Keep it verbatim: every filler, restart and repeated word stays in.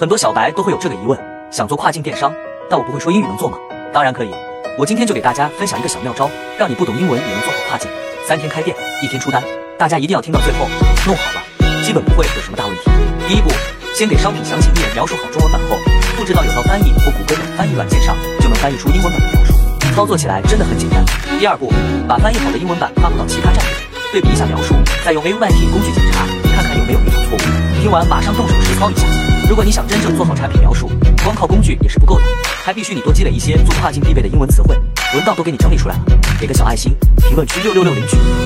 很多小白都会有这个疑问，想做跨境电商，但我不会说英语能做吗？当然可以，我今天就给大家分享一个小妙招，让你不懂英文也能做好跨境。三天开店，一天出单，大家一定要听到最后，弄好了，基本不会有什么大问题。第一步，先给商品详情页描述好中文版后，复制到有道翻译或谷歌等翻译软件上，就能翻译出英文版的描述。操作起来真的很简单。第二步，把翻译好的英文版发布到其他站点，对比一下描述，再用 A U I T 工具检查，看看有没有误导错误。听完马上动手实操一下。如果你想真正做好产品描述，光靠工具也是不够的，还必须你多积累一些做跨境必备的英文词汇。轮到都给你整理出来了，给个小爱心，评论区六六六领取。